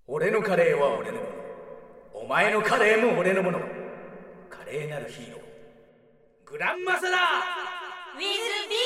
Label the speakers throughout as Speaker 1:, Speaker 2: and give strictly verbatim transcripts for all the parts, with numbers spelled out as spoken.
Speaker 1: 俺のカレーは俺のもの、お前のカレーも俺のもの。華麗なるヒーロー、グランマサラ
Speaker 2: ウィズビ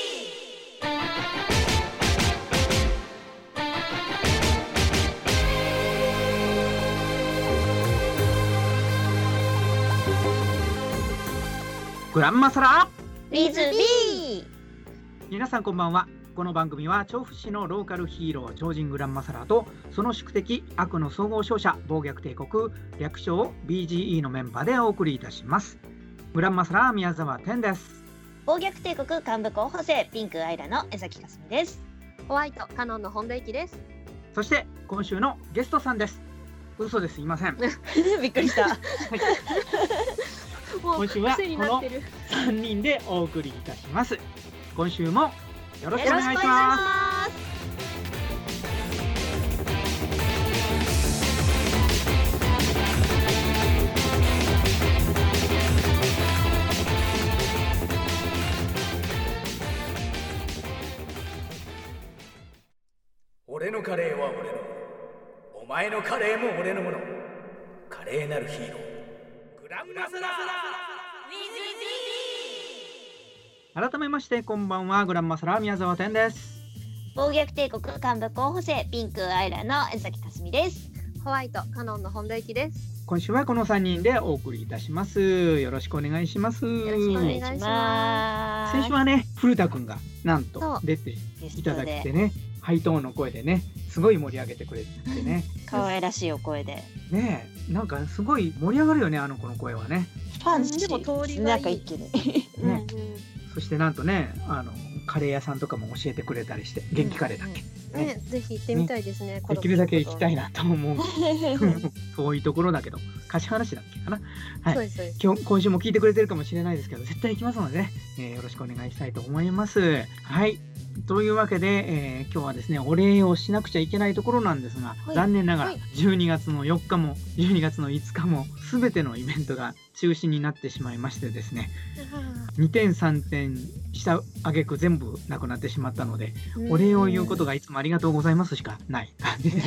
Speaker 3: ーグランマサラ
Speaker 2: ーウィズビー。
Speaker 3: 皆さんこんばんは。この番組は調布市のローカルヒーロー超人グランマサラとその宿敵悪の総合商社暴虐帝国略称 ビージーイー のメンバーでお送りいたします。グランマサラ宮沢天です。
Speaker 2: 暴虐帝国幹部候補生ピンクアイラの江崎かすみです。
Speaker 4: ホワイトカノンの本田由紀です。
Speaker 3: そして今週のゲストさんです。嘘ですいません
Speaker 2: びっくりした、はい、
Speaker 3: 今週はこのさんにんでお送りいたします。今週もよろしくお願いします。
Speaker 1: 俺のカレーは俺のもの、お前のカレーも俺のもの。華麗なるヒーロー、グランマサラ
Speaker 3: 改めましてこんばんは。グランマサラ宮沢天です。
Speaker 2: 暴虐帝国幹部候補生ピンクアイラの江崎かすみです。
Speaker 4: ホワイトカノンの本田由紀です。
Speaker 3: 今週はこのさんにんでお送りいたします。よろしくお願いします。
Speaker 4: よろしくお願いします。
Speaker 3: 先週はね古田くんがなんと出ていただいてね、ハイトーンの声でねすごい盛り上げてくれてね
Speaker 2: 可愛らしいお声で
Speaker 3: ねえ、なんかすごい盛り上がるよね、あの子の声はね。
Speaker 2: ファンシー
Speaker 4: でも通り
Speaker 2: なんか一気に、
Speaker 3: ね、そしてなんとねあのカレー屋さんとかも教えてくれたりして、元気カレーだっけ、
Speaker 4: うんうんね、ぜひ行ってみたいですね。
Speaker 3: ね、できるだけ行きたいなと思う遠いところだけど橿原市だっけかな、はい、そうですそうです。今日今週も聞いてくれてるかもしれないですけど絶対行きますのでね、えー、よろしくお願いしたいと思います。はい、というわけで、えー、今日はですねお礼をしなくちゃいけないところなんですが、はい、残念ながらじゅうにがつのよっかもじゅうにがつのいつかも全てのイベントが中止になってしまいましてですね、にてんさんてんした挙句全部なくなってしまったので、お礼を言うことがいつもありがとうございますしかない感じです。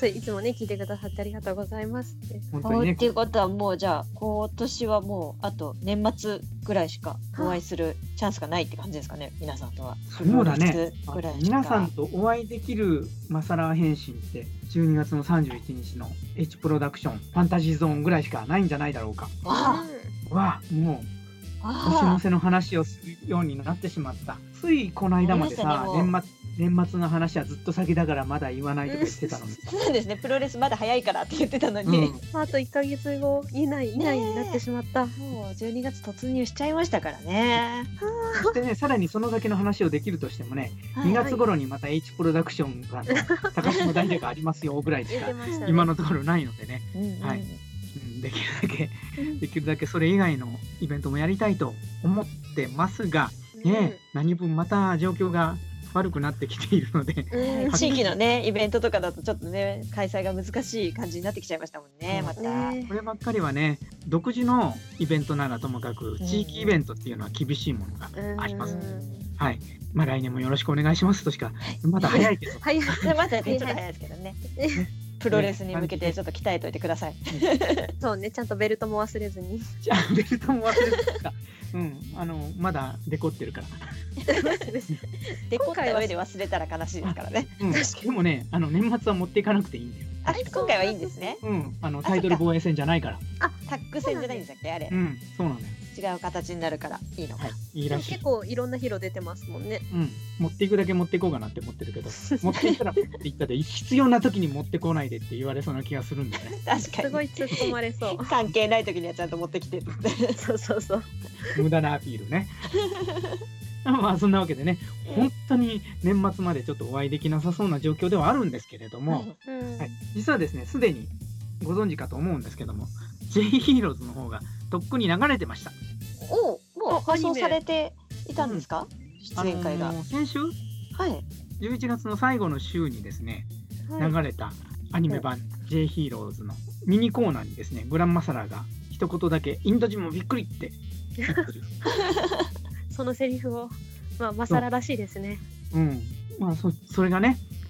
Speaker 4: いつもね聞いてくださってありがとうございますって。
Speaker 2: 本当にね。っていうことはもうじゃあ今年はもうあと年末ぐらいしかお会いするチャンスがないって感じですかね、皆さんとは。
Speaker 3: そうだね。皆さんとお会いできるマサラ変身ってじゅうにがつのさんじゅういちにちの H プロダクションファンタジーゾーンぐらいしかないんじゃないだろうか。
Speaker 2: わ
Speaker 3: あ、わあ、もう年の瀬の話をするようになってしまった。ついこの間までさ、年末年末の話はずっと先だからまだ言わないとか言ってたのに
Speaker 2: そうですね、プロレスまだ早いからって言ってたのに、
Speaker 4: うん、あといっかげつご以内以内になってしまった。
Speaker 2: もうじゅうにがつ突入しちゃいましたからね。
Speaker 3: そしてね、さらにその先の話をできるとしてもね、はい、にがつ頃にまた H プロダクションが高島大でがありますよぐらいしか今のところないのでね、はい、うん、できるだけできるだけそれ以外のイベントもやりたいと思ってますが、ね、うん、何分また状況が悪くなってきているので、
Speaker 2: うん、地域のねイベントとかだとちょっとね開催が難しい感じになってきちゃいましたもんね。また
Speaker 3: こればっかりはね、独自のイベントならともかく地域イベントっていうのは厳しいものがあります。はい、まあ来年もよろしくお願いしますとしか、まだ早いけど
Speaker 2: 早いまだねちょっと早いですけどねプロレスに向けてちょっと鍛えといてください。
Speaker 4: そうね、ちゃんとベルトも忘れずに。
Speaker 3: じゃあベルトも忘れずにか。うん、あのまだデコってるから。
Speaker 2: デコった上で忘れたら悲しいですからね。
Speaker 3: うん、でもね、あの年末は持っていかなくていいんだよ。
Speaker 2: あ、今回はいいんですね。
Speaker 3: うん、あのタイトル防衛戦じゃないから。
Speaker 2: あ、タッグ戦じゃないんですっけあれ。
Speaker 3: うん、そうなんだよ。
Speaker 2: 違う形になるからいいのか。はい、
Speaker 3: いいらしい。
Speaker 4: 結構いろんなヒロ出てますもんね。
Speaker 3: うん、持っていくだけ持っていこうかなって思ってるけど、持っていったら持っていったで必要な時に持ってこないでって言われそうな気がするんだよね。
Speaker 2: 確かに。
Speaker 4: すごい突っ込まれそう。
Speaker 2: 関係ない時にはちゃんと持ってきてって。
Speaker 4: そうそうそう。
Speaker 3: 無駄なアピールね。まあそんなわけでね、本当に年末までちょっとお会いできなさそうな状況ではあるんですけれども、はいはい、実はですねすでにご存知かと思うんですけども J ヒーローズの方がとっくに流れてました。
Speaker 2: おお、もう放送されていたんですか、うん、出演会が、
Speaker 3: あのー、先週、
Speaker 2: はい、
Speaker 3: じゅういちがつの最後の週にですね、はい、流れたアニメ版 J ヒーローズのミニコーナーにですねグランマサラが一言だけインド人もびっくりって言ってる
Speaker 4: そのセリフを、まあ、マサラらしいですね。
Speaker 3: うん、まあ そ, それがね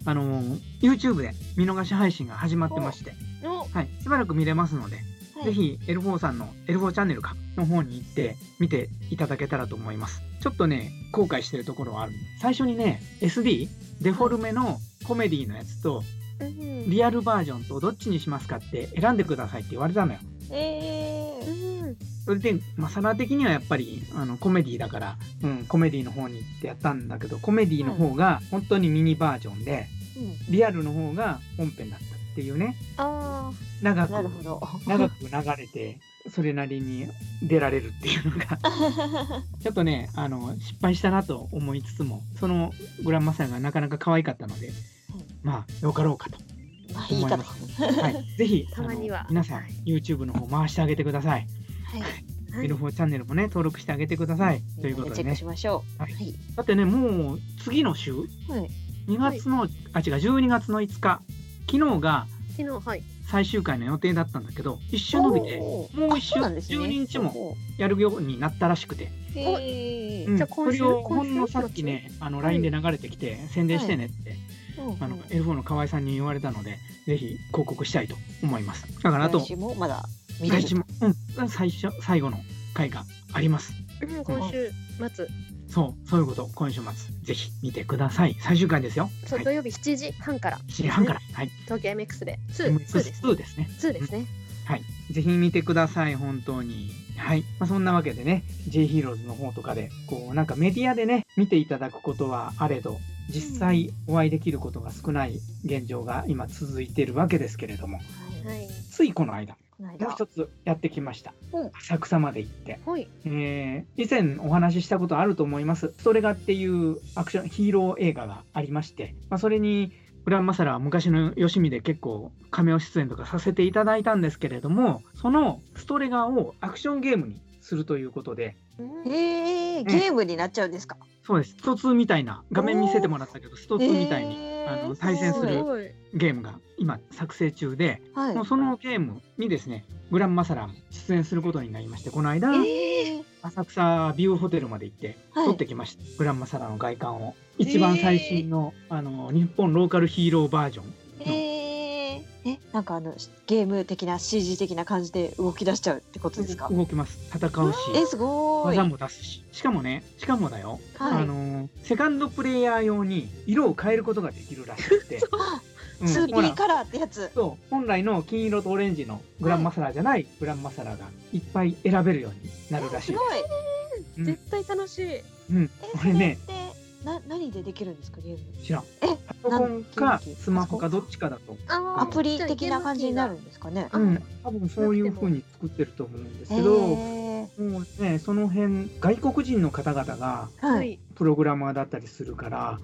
Speaker 3: あの YouTube で見逃し配信が始まってまして、はい、しばらく見れますので、はい、ぜひ エルフォー さんの エルフォー チャンネルかの方に行って見ていただけたらと思います。ちょっとね後悔してるところはある。最初にね エスディー デフォルメのコメディのやつとリアルバージョンとどっちにしますかって選んでくださいって言われたのよ。
Speaker 2: えー、
Speaker 3: それでマサラ的にはやっぱりあのコメディだから、うん、コメディの方に行ってやったんだけど、コメディの方が本当にミニバージョンで、うん、リアルの方が本編だったっていうね。
Speaker 2: あ
Speaker 3: 長く
Speaker 2: なるほど
Speaker 3: 長く流れてそれなりに出られるっていうのがちょっとねあの失敗したなと思いつつも、そのグランマサラがなかなか可愛かったので、うん、まあよかろうかと思います。はい、ぜひ
Speaker 4: たまには
Speaker 3: 皆さん YouTube の方回してあげてください。はい、エルフォー チャンネルもね登録してあげてください、ということでね。
Speaker 2: チェックしましょう。
Speaker 3: はいはい、だってねもう次の週、はい、にがつの、はい、あ違うじゅうにがつのいつか、昨日が
Speaker 4: 昨日はい
Speaker 3: 最終回の予定だったんだけど、一週伸びてもう一週、ね、じゅうににちもやるようになったらしくて、うん、じゃあ今週それをほんのさっきねあの ライン で流れてきて、はい、宣伝してねって、はい、あの エルフォー の河合さんに言われたので、ぜひ広告したいと思います。だからあと
Speaker 2: 来週もまだ見
Speaker 3: 来週も、うん、最初最後の回があります。
Speaker 4: うん、今週末、うん、
Speaker 3: そうそういうこと、今週末ぜひ見てください。最終回ですよ。
Speaker 4: そう、はい、土曜日しちじはんから、
Speaker 3: しちじはんから、はい、
Speaker 4: 東京 エムエックス でツー、
Speaker 3: エムエックス ツーですね。
Speaker 4: ツーですね、
Speaker 3: うん、はい、ぜひ見てください本当に。はい、まあ、そんなわけでね J ヒーローズの方とかでこうなんかメディアでね見ていただくことはあれど、実際お会いできることが少ない現状が今続いているわけですけれども、
Speaker 4: はい、
Speaker 3: ついこの間もう一つやってきました。浅草まで行って、
Speaker 4: はい、
Speaker 3: えー、以前お話ししたことあると思います。ストレガっていうアクションヒーロー映画がありまして、まあ、それにグランマサラは昔のよしみで結構カメオ出演とかさせていただいたんですけれども、そのストレガをアクションゲームにするということで、
Speaker 2: へー、ゲームになっちゃうんですか？
Speaker 3: そうです。ストツーみたいな、画面見せてもらったけどストツーみたいにあの対戦するゲームが今作成中で、はい、もうそのゲームにですねグランマサラも出演することになりまして、この間、えー、浅草ビューホテルまで行って撮ってきました、はい、グランマサラの外観を一番最新の、えー、あの日本ローカルヒーローバージョンの、
Speaker 2: えー、えなんかあのゲーム的な シージー 的な感じで動き出しちゃうってことですか？
Speaker 3: 動きます。戦うし、
Speaker 2: えすご
Speaker 3: い技も出すし、しかもねしかもだよ、はい、あのセカンドプレイヤー用に色を変えることができるらしくて
Speaker 2: うん、ツーピー カラーってやつ。
Speaker 3: そう本来の金色とオレンジのグランマサラじゃない、はい、グランマサラがいっぱい選べるようになるらしいです。
Speaker 4: すごい、うん、絶対楽しい。
Speaker 3: うん、これね
Speaker 2: な何でできるんですかゲーム？
Speaker 3: 知らん。えパソコンかスマホかどっちかだと。
Speaker 2: アプリ的な感じになるんですかね？
Speaker 3: うん、多分そういう風に作ってると思うんですけど、もうねその辺外国人の方々がプログラマーだったりするから、はい、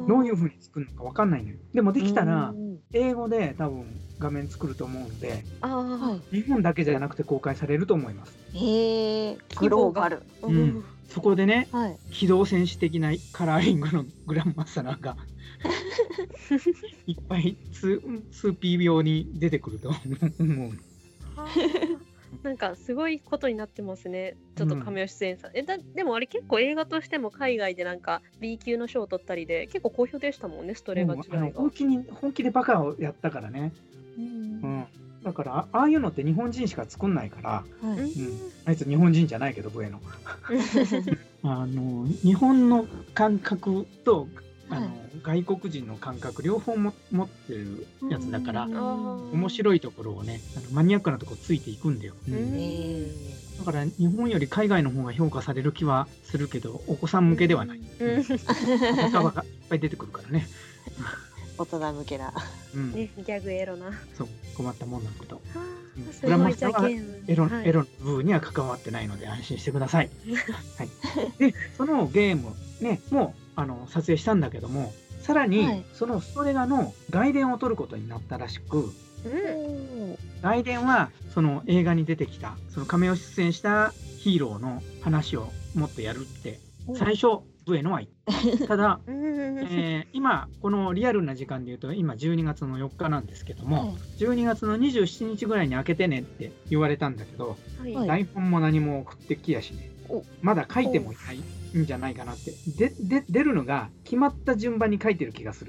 Speaker 3: どういう風に作るのかわかんないのよ。でもできたら英語で多分画面作ると思うんで、あ日本だけじゃなくて公開されると思います。
Speaker 2: へえ、グローバル。
Speaker 3: うん。そこでね、はい、機動戦士的なカラーリングのグランマサラがいっぱい ツーピー 用に出てくると思う。
Speaker 4: なんかすごいことになってますね。ちょっとカメオ出演さん、うん、えだでもあれ結構映画としても海外でなんか ビー 級の賞を取ったりで結構好評でしたもんね。ストレガ自体が
Speaker 3: 本気に本気でバカをやったからね、うんうんだからああいうのって日本人しか作んないから、はいうん、あいつ日本人じゃないけどブエノあの日本の感覚とあの、はい、外国人の感覚両方も持ってるやつだから面白いところをねあのマニアックなところついていくんだよ、うん、だから日本より海外の方が評価される気はするけどお子さん向けではない、うんうん、言葉がいっぱい出てくるからね
Speaker 2: 大人向けな、
Speaker 4: うんね、ギャグエロな
Speaker 3: そう困ったもんなんだけど、
Speaker 4: うん、グランマサラは
Speaker 3: エロ、はい、エロの部分には関わってないので安心してください、はい、でそのゲームねもうあの撮影したんだけどもさらに、はい、そのストレガの外伝を撮ることになったらしく、うん、外伝はその映画に出てきたそのカメオ出演したヒーローの話をもっとやるって最初ブエノは言ったただ、えー、今このリアルな時間でいうと今じゅうにがつのよっかなんですけども、はい、じゅうにがつのにじゅうしちにちぐらいに開けてねって言われたんだけど、はい、台本も何も送ってきやしねまだ書いてもいないんじゃないかなってでで出るのが決まった順番に書いてる気がする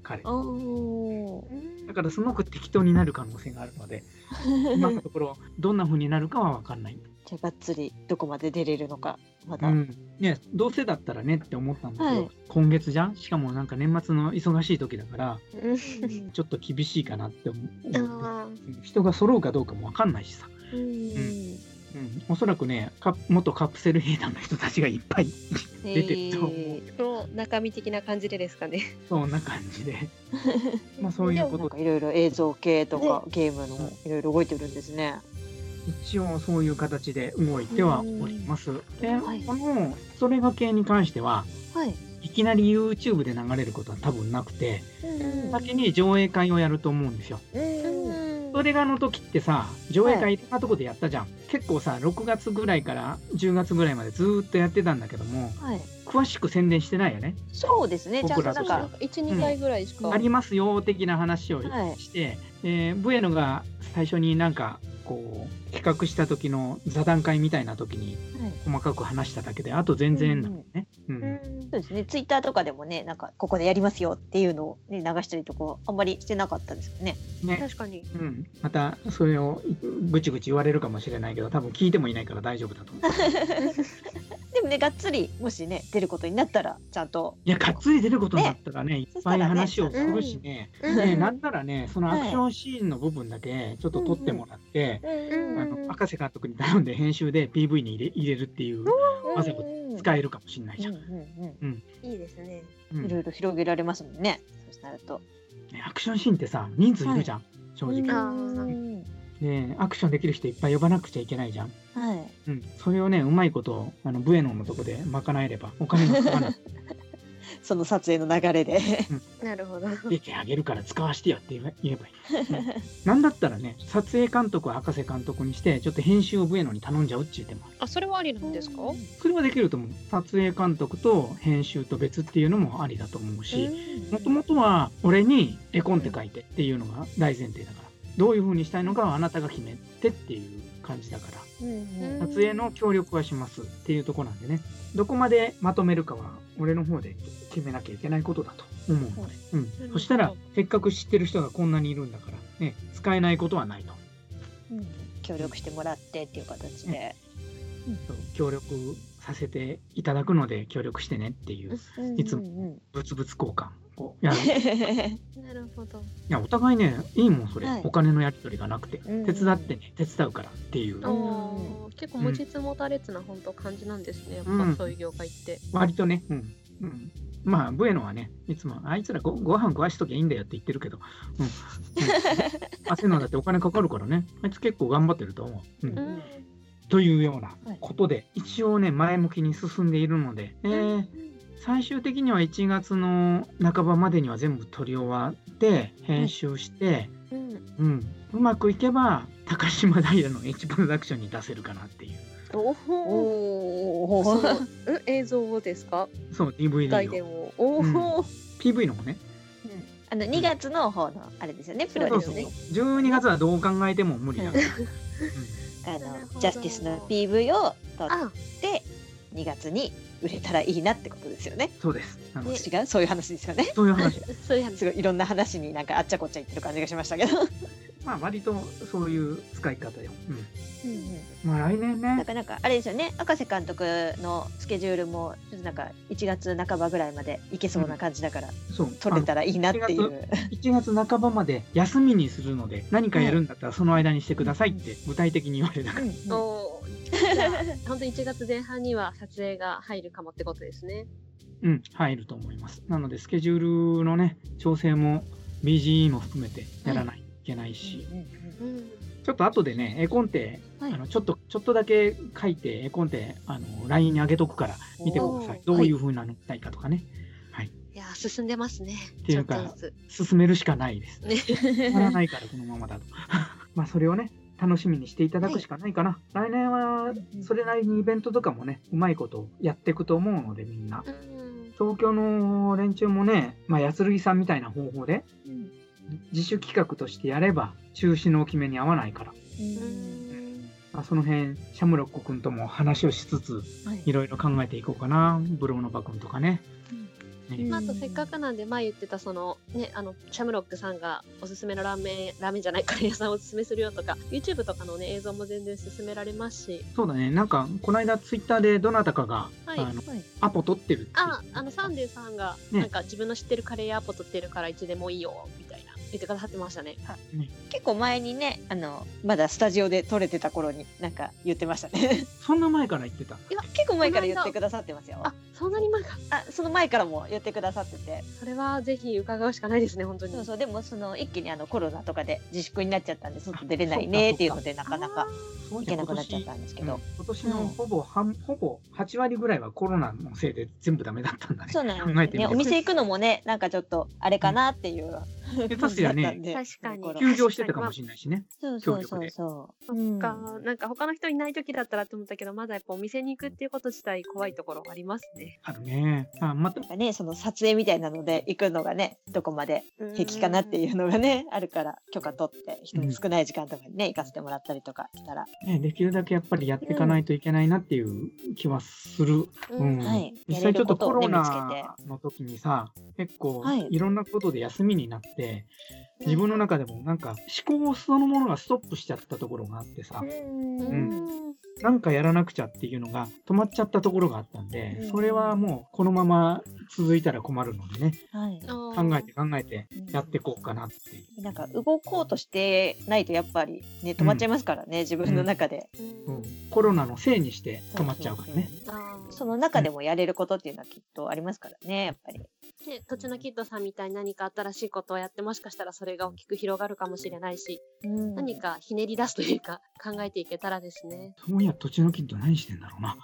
Speaker 3: 彼。
Speaker 2: お
Speaker 3: だからすごく適当になる可能性があるので、今のところどんな風になるかは分かんない。
Speaker 2: じゃあがっつりどこまで出れるのかまだ、
Speaker 3: うんね、どうせだったらねって思ったんだけど、
Speaker 2: はい、
Speaker 3: 今月じゃん、しかもなんか年末の忙しい時だからちょっと厳しいかなって思う。人が揃うかどうかも分かんないしさ、うんうんうん、おそらくねカ元カプセル兵団の人たちがいっぱい出てると思う。
Speaker 4: そう中身的な感じでですかね。
Speaker 3: そんな感じでまあそういうこと
Speaker 2: いろいろ映像系とかゲームのいろいろ動いてるんですね。
Speaker 3: 一応そういう形で動いてはおります。で、はい、このそれが系に関しては、はい、いきなり YouTube で流れることは多分なくて、先に上映会をやると思うんですよ。それがの時ってさ、上映会いろんなとこでやったじゃん、はい、結構さろくがつぐらいからじゅうがつぐらいまでずっとやってたんだけども、はい、詳しく宣伝してないよね。
Speaker 2: そうですね、
Speaker 3: 僕らとしては
Speaker 4: いち、にかいぐらいしか、
Speaker 3: うん、ありますよ的な話をして、はい、えー、ブエノが最初になんかこう企画した時の座談会みたいな時に細かく話しただけで、はい、あと全然なんね、うんうんうん、
Speaker 2: そうですね。ツイッターとかでもね、なんかここでやりますよっていうのを、ね、流したりとかあんまりしてなかったですよね。
Speaker 3: ね、
Speaker 4: 確かに、
Speaker 3: うん、またそれをぐちぐち言われるかもしれないけど、多分聞いてもいないから大丈夫だと思う
Speaker 2: でもね、がっつりもしね出ることになったらちゃんと、
Speaker 3: いやがっつり出ることになったらね、ねいっぱい話をするしね、うんね、なんならねそのアクションシーンの部分だけちょっと撮ってもらって、うんうん、あの赤瀬監督に頼んで編集で ピーブイ に入れ、入れるっていう技を使えるかもしれないじゃん。
Speaker 4: いいですね、
Speaker 2: うん、いろいろ広げられますもんね。そうなると、
Speaker 3: ね、アクションシーンってさ人数いるじゃん、はい、正直。ね、アクションできる人いっぱい呼ばなくちゃいけないじゃん、はい、うん、それをねうまいことあのブエノのとこで賄えればお金もかからない
Speaker 2: その撮影の流れで、
Speaker 4: うん、なるほど。
Speaker 3: 利益あげるから使わせてよって言えばいい、うん、なんだったらね撮影監督は赤瀬監督にしてちょっと編集をブエノに頼んじゃうっていう手もある。
Speaker 4: あ、それはありなんですか？
Speaker 3: それはできると思う。撮影監督と編集と別っていうのもありだと思うし、もともとは俺に絵コンテ書いてっていうのが大前提だから、どういう風にしたいのかはあなたが決めてっていう感じだから、うんうん、撮影の協力はしますっていうところなんでね、どこまでまとめるかは俺の方で決めなきゃいけないことだと思うので、うん、そしたらせっかく知ってる人がこんなにいるんだから、ね、使えないことはないと、
Speaker 2: うん、協力してもらってっていう形で、
Speaker 3: うんうん、協力させていただくので協力してねっていう、うんうんうん、いつも物々交換をやる
Speaker 4: なるほど。い
Speaker 3: やお互いねいいもんそれ、はい、お金のやり取りがなくて、うん、手伝ってね手伝うからっていう、
Speaker 4: うん、結構持ちつ持たれつな本当感じなんですね、うん、やっぱそういう業界って、
Speaker 3: うん、割とね、うんうん、まあブエノはねいつもあいつら ご, ご飯食わしときゃいいんだよって言ってるけど、うんうん、汗のだってお金かかるからね、あいつ結構頑張ってると思う、うんうん、というようなことで、はい、一応ね前向きに進んでいるので、えー、最終的にはいちがつの半ばまでには全部撮り終わって編集して、うんうん、うまくいけば高島平の H プロダクションに出せるかなっていう。
Speaker 4: おおその映像ですか？
Speaker 3: そう ディーブイディー をお、うん、ピーブイ の方ね、
Speaker 2: うん、あのにがつの方のあれですよね、プロですね。
Speaker 3: じゅうにがつはどう考えても無理だから、うん、
Speaker 2: あのジャスティスの ピーブイ を撮ってにがつに売れたらいいなってことですよね。
Speaker 3: そうです。
Speaker 2: あの違うそういう話ですよね。
Speaker 3: そういう話。
Speaker 2: そういう話。すごいいろんな話になんかあっちゃこっちゃ言ってる感じがしましたけど。
Speaker 3: まあ割とそういう使い方よ。うん。うんうん、まあ来年ね。
Speaker 2: なんかなんかあれですよね。赤瀬監督のスケジュールもちょっとなんかいちがつなかばぐらいまでいけそうな感じだから、うん、そう取れたらいいなっていう。
Speaker 3: いちがつなかばまで休みにするので何かやるんだったらその間にしてくださいって具体的に言われたから。うんうん、
Speaker 4: お本当にいちがつぜん半には撮影が入るかもってことですね。
Speaker 3: うん、入ると思います。なのでスケジュールのね調整も ビージーイー も含めてやらないといけないし、うんうんうん、ちょっと後でね絵コンテ、はい、あのちょっとちょっとだけ書いて絵コンテあの ライン に上げとくから見てください。どういう風なのしたいかとかね。はい。
Speaker 4: いや進んでますね。
Speaker 3: っていうか進めるしかないです。ね。やらないからこのままだと。まあそれをね。楽しみにしていただくしかないかな、はい、来年はそれなりにイベントとかもねうまいことやっていくと思うのでみんな、うん、東京の連中もね、まあ、安るさんみたいな方法で、うん、自主企画としてやれば中止の決めに合わないから、うんまあ、その辺シャムロック君とも話をしつつ、はい、いろいろ考えていこうかな。ブローノバ君とかね、 ね、
Speaker 4: まあ、あとせっかくなんで前言ってたそのねあのシャムロックさんがおすすめのラーメンラーメンじゃないカレー屋さんをおすすめするよとか YouTube とかのね映像も全然勧められますし。
Speaker 3: そうだね、なんかこの間ツイッターでどなたかが、はい、あのアポ取ってるって
Speaker 4: ああのサンデーさんが、ね、なんか自分の知ってるカレー屋アポ取ってるからいつでもいいよみたいな言ってくださってましたね。
Speaker 2: ね、結構前にねあのまだスタジオで撮れてた頃になんか言ってましたね。
Speaker 3: そんな前から言ってた？い
Speaker 2: や結構前から言ってくださってますよ。
Speaker 4: あそんなに前か。
Speaker 2: あその前からも言ってくださってて、
Speaker 4: それはぜひ伺うしかないですね本当に。
Speaker 2: そうそうでもその一気にあのコロナとかで自粛になっちゃったんで外出れないねっていうのでなかなか行けなくなっちゃったんですけど、
Speaker 3: うん、今年のほぼ半、うん、ほぼはちわりぐらいはコロナのせいで全部ダメだったんだね。
Speaker 2: そうなんですね。お店行くのもねなんかちょっとあれかなっていう。
Speaker 3: 下手すりゃね、
Speaker 4: 確かに
Speaker 3: 休業してたかもしれないしね。
Speaker 2: そうそうそう
Speaker 4: そう。そっか、なんか他の人いない時だったらと思ったけど、まだやっぱお店に行くっていうこと自体怖いところありますね。
Speaker 3: あるね。あ、また
Speaker 2: ね、その撮影みたいなので行くのがね、どこまで平気かなっていうのがね、あるから許可取って人の少ない時間とかにね、行かせてもらったりとかしたら、
Speaker 3: ね、できるだけやっぱりやっていかないといけないなっていう気はする。うん。うん、はい。実際ちょっとコロナの時にさ、結構いろんなことで休みになって。自分の中でもなんか思考そのものがストップしちゃったところがあってさ、うん、なんかやらなくちゃっていうのが止まっちゃったところがあったんで、それはもうこのまま続いたら困るのでね、はい、考えて考えてやっていこうかなっていう。
Speaker 2: なんか動こうとしてないとやっぱりね止まっちゃいますからね、うん、自分の中で、
Speaker 3: うんうん、コロナのせいにして止まっちゃうからね。
Speaker 2: そうそうそう、その中でもやれることっていうのはきっとありますからねやっぱり。
Speaker 4: ね、土地のキッドさんみたいに何か新しいことをやってもしかしたらそれが大きく広がるかもしれないし、うん、何かひねり出すというか考えていけたらですね。
Speaker 3: そういや土地のキッド何してんだろうな。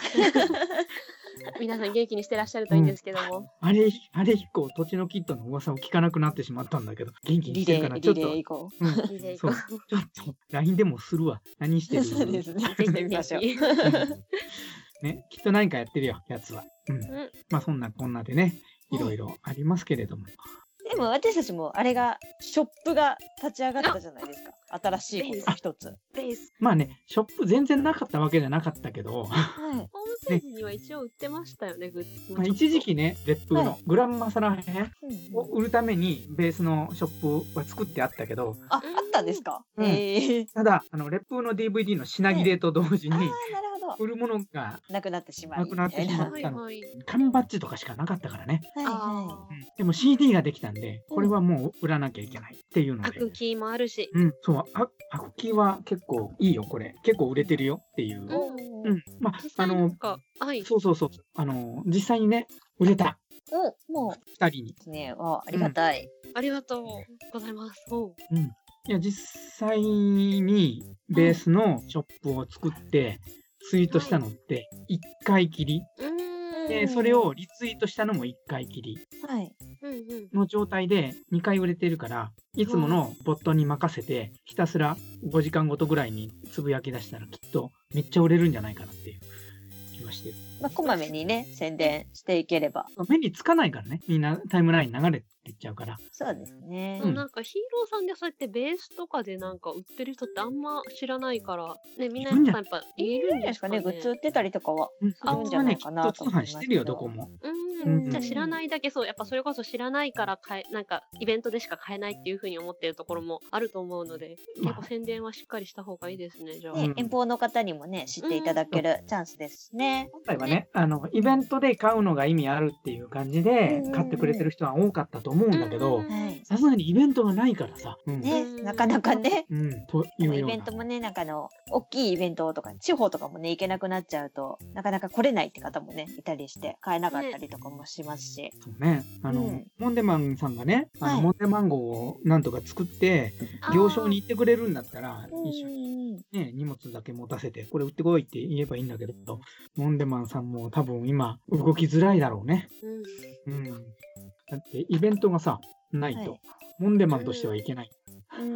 Speaker 4: 皆さん元気にしてらっしゃるといいんですけども、うん、
Speaker 3: あれあれ以降土地のキッドの噂を聞かなくなってしまったんだけど元気にしてるからちょっとリレー以降、うん、リレー以降そうちょっと ライン でもするわ。何してるの。
Speaker 2: そうですね。ぜひ見ましょう。
Speaker 3: ね、きっと何かやってるよやつは、うんうん、まあそんなこんなでねいろいろありますけれども、
Speaker 2: でも私たちもあれがショップが立ち上がったじゃないですか。新しいこと一つ。
Speaker 3: まあね、ショップ全然なかったわけじゃなかったけど、はい、
Speaker 4: ホームページには一応売ってましたよね、ねグッズの。
Speaker 3: まあ、一時期ね、別風の、はい、グランマサラ編を売るためにベースのショップは作ってあったけど、
Speaker 2: あ、あったんですか。
Speaker 3: うん、えー、ただあの烈風の ディーブイディー の品切れと同時に、売るものが
Speaker 2: なくなってしまう。
Speaker 3: なくなってしまったの。
Speaker 4: はいはい、
Speaker 3: 缶バッジとかしかなかったからね。
Speaker 2: はいは
Speaker 3: い、うん。でも シーディー ができたんで、これはもう売らなきゃいけないっていうので。
Speaker 4: アクキーもあるし。
Speaker 3: うん、そう。ア, アクキーは結構いいよ、これ。結構売れてるよっていう。うん。うん、まあ、あの、はい、そうそうそう。あの、実際にね、売れた。
Speaker 2: お、もう。
Speaker 3: 二人に。
Speaker 2: ですね。あ、ありがたい、
Speaker 4: うん。ありがとうございます。おう。
Speaker 3: うん。いや、実際にベースのショップを作って、ツイートしたのっていっかいきり、はい、でそれをリツイートしたのもいっかいきりの状態でにかい売れてるから、いつものボットに任せてひたすらごじかんごとぐらいにつぶやき出したらきっとめっちゃ売れるんじゃないかなっていう気はしてる。
Speaker 2: まあ、こまめにね宣伝していければ
Speaker 3: 目につかないからね、みんなタイムライン流れていっちゃうから。
Speaker 2: そうですね、
Speaker 4: うん、なんかヒーローさんでそうやってベースとかでなんか売ってる人ってあんま知らないからね、みんなやっぱいるんですかね。
Speaker 2: グッズ売ってたりとかはするんじゃないかなと思いますけど。
Speaker 3: してるよどこも。
Speaker 4: うん、じゃあ知らないだけ、そうやっぱそれこそ知らないから買えなんかイベントでしか買えないっていう風に思ってるところもあると思うので、結構宣伝はしっかりした方がいいですね。じゃあ、
Speaker 2: ね、遠方の方にもね知っていただけるチャンスですね。
Speaker 3: 今回はね、あのイベントで買うのが意味あるっていう感じで買ってくれてる人は多かったと思うんだけど、さすがにイベントがないからさ、
Speaker 2: うん、ね、なかなかね、
Speaker 3: うん、というような
Speaker 2: イベントもね、なんかの大きいイベントとか地方とかもね行けなくなっちゃうとなかなか来れないって方もねいたりして買えなかったりとかもしますし、ね、
Speaker 3: そうね、あの、うん、モンデマンさんがね、あの、はい、モンデマン号をなんとか作って行商に行ってくれるんだったら一緒に、ね、荷物だけ持たせてこれ売ってこいって言えばいいんだけど、モンデマンさんも多分今動きづらいだろうね。うん、うん、だってイベントがさないと、はい、モンデマンとしてはいけない。
Speaker 2: うん、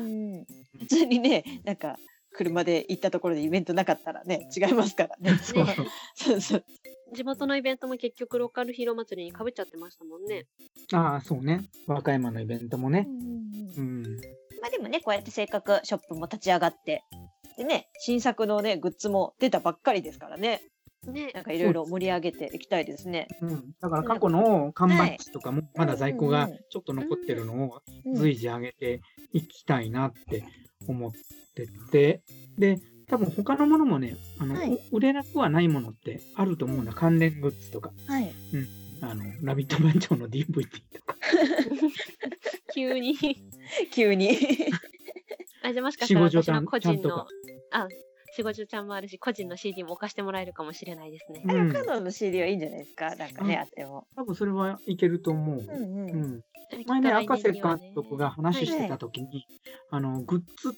Speaker 2: 普通にね、なんか車で行ったところでイベントなかったらね違いますからね。
Speaker 3: そう
Speaker 2: そうそう。
Speaker 4: 地元のイベントも結局ローカルヒーロー祭りにかぶっちゃってましたもんね。
Speaker 3: ああ、そうね。和歌山のイベントもね。うん、うん、
Speaker 2: まあでもね、こうやってせっかくショップも立ち上がってでね、新作のねグッズも出たばっかりですからね。 ね、なんかいろいろ盛り上げていきたいですね。
Speaker 3: うん、だから過去の缶バッジとかもまだ在庫がちょっと残ってるのを随時上げていきたいなって思ってて、で多分他のものもね、あの、はい、売れなくはないものってあると思うんだ。関連グッズとか、
Speaker 2: はい、
Speaker 3: うん、あのラビット番長の ディーブイディー とか
Speaker 4: 急に
Speaker 2: 急に
Speaker 4: あ、じゃあもしかしたら私の個人のあしごじゅちゃんもあるし、個人の シーディー も置かしてもらえるかもしれないですね。
Speaker 2: うん、カノンの シーディー はいいんじゃないですか、なんかね、あっても。
Speaker 3: 多分それはいけると思う。うんうんうん、前ね、赤瀬監督が話してた時に、はい、あのグッズって、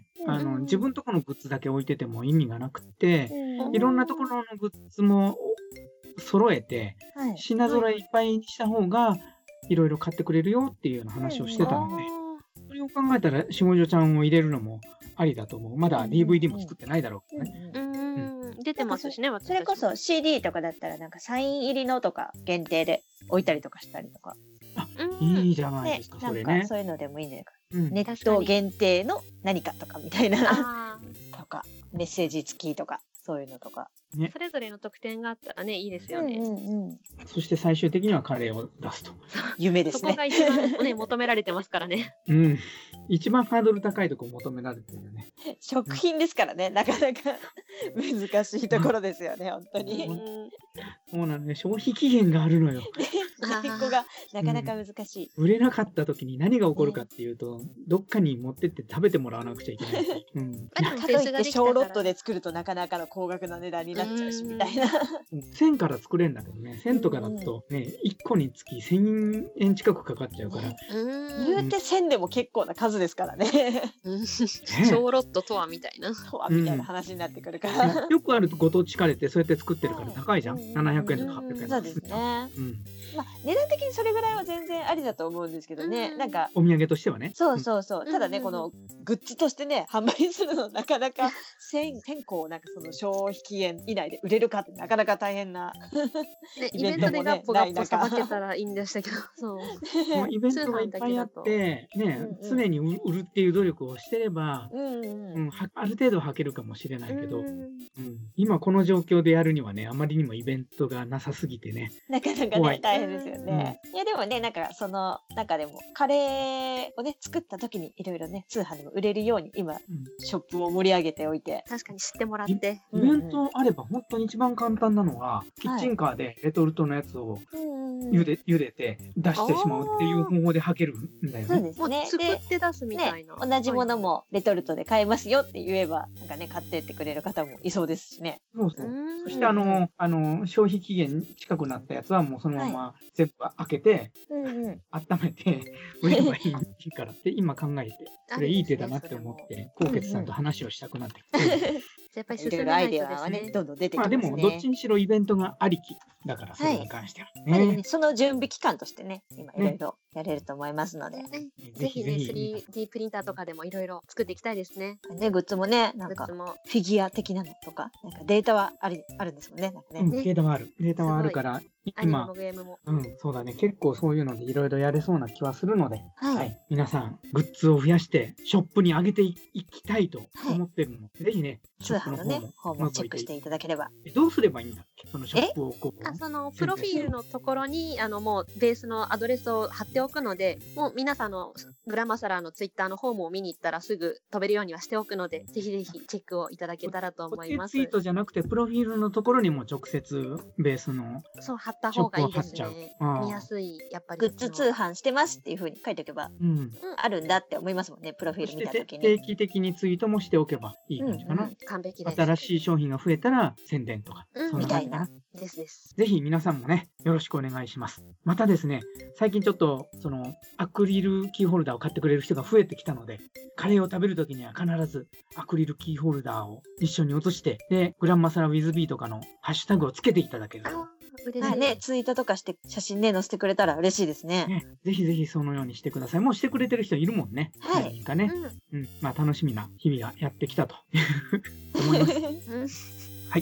Speaker 3: あの、うん、自分とこのグッズだけ置いてても意味がなくて、うん、いろんなところのグッズも揃えて、はい、品揃えいっぱいにした方がいろいろ買ってくれるよっていうような話をしてたので、うん、それを考えたらしごじょちゃんを入れるのもありだと思う。まだ ディーブイディー も作ってないだろうけどね。
Speaker 4: うんうんうん、出てますしね。
Speaker 2: それこそ シーディー とかだったらなんかサイン入りのとか限定で置いたりとかしたりとか。
Speaker 3: あ、いいじゃないですか、ね、それね。
Speaker 2: なんかそういうのでもいいんじゃないか。うん、ネット限定の何かとかみたいなとか、メッセージ付きとかそういうのとか。
Speaker 4: ね、それぞれの特典があったらね、いいですよね。うんうん
Speaker 3: うん、そして最終的にはカレーを出すと。
Speaker 2: 夢ですね。
Speaker 4: そこが一番、ね、求められてますからね。
Speaker 3: うん。一番ハードル高いところ求められてるよね。
Speaker 2: 食品ですからね、なかなか難しいところですよね、本当に。
Speaker 3: そうなのね、消費期限があるのよ。
Speaker 2: 在庫がなかなか難しい、
Speaker 3: うん。売れなかった時に何が起こるかっていうと、ね、どっかに持ってって食べてもらわなくちゃいけない。うん。
Speaker 2: かといって小ロットで作るとなかなかの高額な値段になっちゃうしみたいな。
Speaker 3: せんから作れるんだけどね、せんとかだとね、いっこにつきせんえん近くかかっちゃうから。
Speaker 2: 言うてせんでも結構な数ですからね。
Speaker 4: 小ロットとはみたいな。
Speaker 2: とはみたいな話になってくるから。
Speaker 3: よくあるご当地カレーってそうやって作ってるから高いじゃん。ななひゃくえんとかはっぴゃくえんとか。
Speaker 2: そうですね。まあ値段的にそれぐらいは全然ありだと思うんですけどね。なんか
Speaker 3: お土産としてはね。
Speaker 2: そうそうそう。ただね、このグッズとしてね、販売するのなかなかせん個をなんかその消費期限以内で売れるかってなかなか大変な、
Speaker 4: ね、イベントでガッポガッポさばけたらいいんでしたけど、そう
Speaker 3: もうイベントがいっぱいあってね、うんうん、常に売るっていう努力をしてれば、うんうんうん、ある程度はけるかもしれないけど、うんうん、今この状況でやるにはね、あまりにもイベントがなさすぎてね、
Speaker 2: なかなかね大変ですよね、うん、いやでもね、なんかその中でもカレーをね作った時にいろいろね通販でも売れるように今、うん、ショップを盛り上げておいて、
Speaker 4: 確かに知ってもらって、
Speaker 3: イベントあれば本当に一番簡単なのは、キッチンカーでレトルトのやつを茹で、茹でて出してしまうっていう方法で履けるんだよね。
Speaker 2: そうですね。
Speaker 4: もう作って出すみたいな、
Speaker 2: ね、同じものもレトルトで買えますよって言えば、なんかね買ってってくれる方もいそうですしね。
Speaker 3: そうそう。そしてあのあの消費期限近くなったやつはもうそのまま全部開けて、はいうんうん、温めて売ればいいからって今考えて、それいい手だなって思って高傑さんと話をしたくなってきて。
Speaker 2: やっぱり進めないとですね。いろいろアイデアはね、どんどん出てきますね。
Speaker 3: まあでもどっちにしろイベントがありきだから、それに関しては
Speaker 2: ね。はいね、その準備期間としてね、今いろいろやれると思いますので。ね、
Speaker 4: ぜひね、スリーディー プリンターとかでもいろいろ作っていきたいですね。
Speaker 2: ね、グッズもね、なんかフィギュア的なのとか、なんかデータはありあるんですもんね。なんかね、うん、
Speaker 3: データはある。データはあるから、今、うん、そうだね、結構そういうのでいろいろやれそうな気はするので、はいはい、皆さん、グッズを増やしてショップに上げていきたいと思ってるので、はい、ぜひね、
Speaker 2: 通販のね、方もチェックしていただければ。
Speaker 3: どうすればいいんだっけ、そのショップをこう。
Speaker 4: あ、そのプロフィールのところにあのもうベースのアドレスを貼っておくので、もう皆さんのグラマサラーのツイッターの方も見に行ったらすぐ飛べるようにはしておくので、ぜひぜひチェックをいただけたらと思います。
Speaker 3: ツイートじゃなくてプロフィールのところにも直接ベースの
Speaker 4: そう貼った方がいいですね。見やすい、やっぱり
Speaker 2: グッズ通販してますっていう風に書いておけば、うん、あるんだって思いますもんね。プロフィール見たときに
Speaker 3: 定期的にツイートもしておけばいい感じかな、うんうん、
Speaker 4: 完璧です。
Speaker 3: 新しい商品が増えたら宣伝とか、
Speaker 2: うん、そんな感じかな。
Speaker 4: ですです。
Speaker 3: ぜひ皆さんもね、よろしくお願いします。またですね、最近ちょっとそのアクリルキーホルダーを買ってくれる人が増えてきたので、カレーを食べるときには必ずアクリルキーホルダーを一緒に写して、でグランマサラウィズビーとかのハッシュタグをつけていただけると。
Speaker 2: はいね、ツイートとかして写真ね載せてくれたら嬉しいですね。ね、
Speaker 3: ぜひぜひそのようにしてください。もうしてくれてる人いるもんね。
Speaker 2: はい。
Speaker 3: かね、うん、うん、まあ楽しみな日々がやってきたと思います。うん、はい。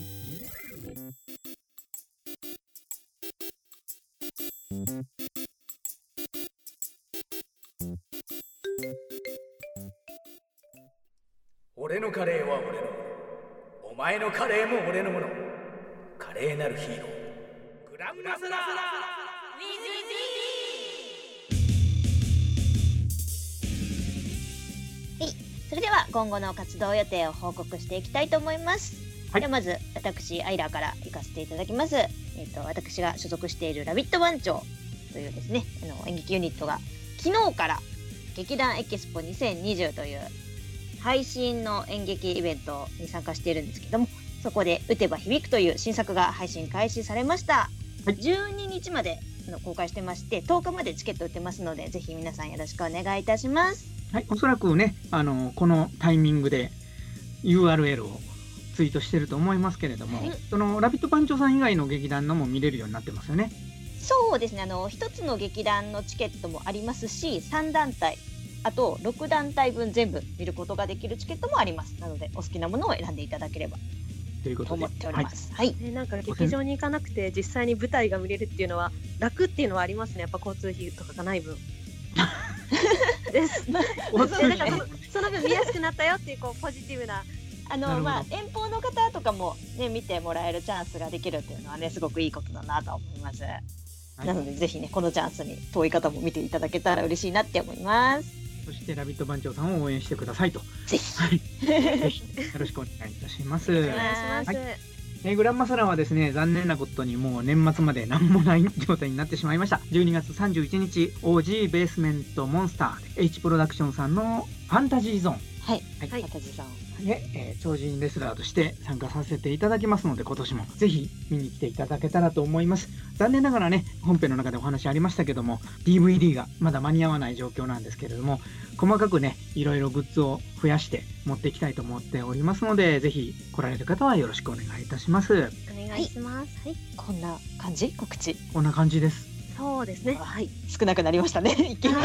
Speaker 1: 俺のカレーは俺のもの、お前のカレーも俺のもの。カレーなるヒーローグランマサラ
Speaker 2: それでは今後の活動予定を報告していきたいと思います。
Speaker 3: はい、
Speaker 2: ではまず私アイラから行かせていただきます。えーと、私が所属しているラビット番長というですね、あの演劇ユニットが昨日から劇団エキスポにせんにじゅうという配信の演劇イベントに参加しているんですけども、そこで打てば響くという新作が配信開始されました。はい、じゅうににちまで公開してまして、とおかまでチケット売ってますので、ぜひ皆さんよろしくお願いいたします。
Speaker 3: はい、おそらくね、あのこのタイミングで ユーアールエル をツイートしてると思いますけれども、はい、そのラビット番長さん以外の劇団のも見れるようになってますよね。
Speaker 2: そうですね、あの一つの劇団のチケットもありますし、さんだんたい、あとろくだんたいぶん全部見ることができるチケットもあります。なのでお好きなものを選んでいただければ
Speaker 3: ということで
Speaker 2: 思っております。はい、
Speaker 4: はい、なんか劇場に行かなくて実際に舞台が見れるっていうのは楽っていうのはありますね。やっぱ交通費とかがない分ですそ, その分見やすくなったよっていう、こうポジティブな
Speaker 2: あの、まあ、遠方の方とかも、ね、見てもらえるチャンスができるっていうのはね、すごくいいことだなと思います。はい、なのでぜひね、このチャンスに遠い方も見ていただけたら嬉しいなって思います。
Speaker 3: そしてラビット番長さんを応援してくださいと。
Speaker 2: ぜひ、
Speaker 3: はい、ぜひよろしくお願いいたします。お願いし
Speaker 4: ます。はい、
Speaker 3: えー、グランマサラはですね、残念なことにもう年末まで何もない状態になってしまいました。じゅうにがつさんじゅういちにち オージー ベースメントモンスターで H プロダクションさんのファンタジーゾーン、
Speaker 2: はい、
Speaker 3: はい、
Speaker 2: ファンタジーゾーン
Speaker 3: で、えー、超人レスラーとして参加させていただきますので、今年もぜひ見に来ていただけたらと思います。残念ながらね、本編の中でお話ありましたけども ディーブイディー がまだ間に合わない状況なんですけれども、細かくねいろいろグッズを増やして持っていきたいと思っておりますので、ぜひ来られる方はよろしくお願いいたします。
Speaker 4: お願いします。はい、
Speaker 2: こんな感じ、告知
Speaker 3: こんな感じです。
Speaker 4: そうですね。
Speaker 2: はい、少なくなりましたね。一気に。はい、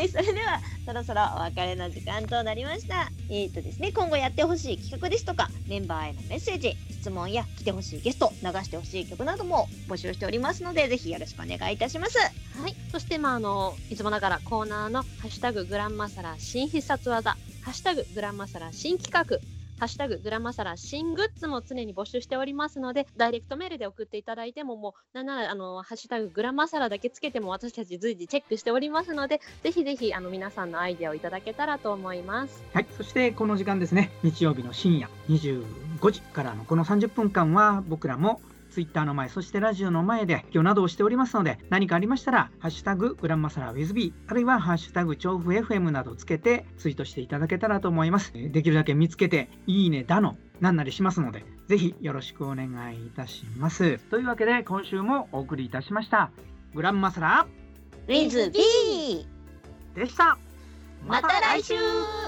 Speaker 2: それではそろそろお別れの時間となりました。えっとですね、今後やってほしい企画ですとか、メンバーへのメッセージ、質問や来てほしいゲスト、流してほしい曲なども募集しておりますので、ぜひよろしくお願いいたします。
Speaker 4: はい、そしてまああのいつもながらコーナーのハッシュタググランマサラ新必殺技、ハッシュタググランマサラ新企画、ハッシュタググランマサラ新グッズも常に募集しておりますので、ダイレクトメールで送っていただいても、もうなんならあのハッシュタググランマサラだけつけても私たち随時チェックしておりますので、ぜひぜひあの皆さんのアイデアをいただけたらと思います。
Speaker 3: はい、そしてこの時間ですね、日曜日の深夜にじゅうごじからのこのさんじゅっぷんかんは僕らもツイッターの前、そしてラジオの前で今日などをしておりますので、何かありましたらハッシュタググランマサラ ウィズビー あるいはハッシュタグ調布 エフエム などをつけてツイートしていただけたらと思います。できるだけ見つけていいねだのなんなりしますので、ぜひよろしくお願いいたします。というわけで今週もお送りいたしましたグランマサラ
Speaker 2: ウィズビー
Speaker 3: でした。
Speaker 2: また来週。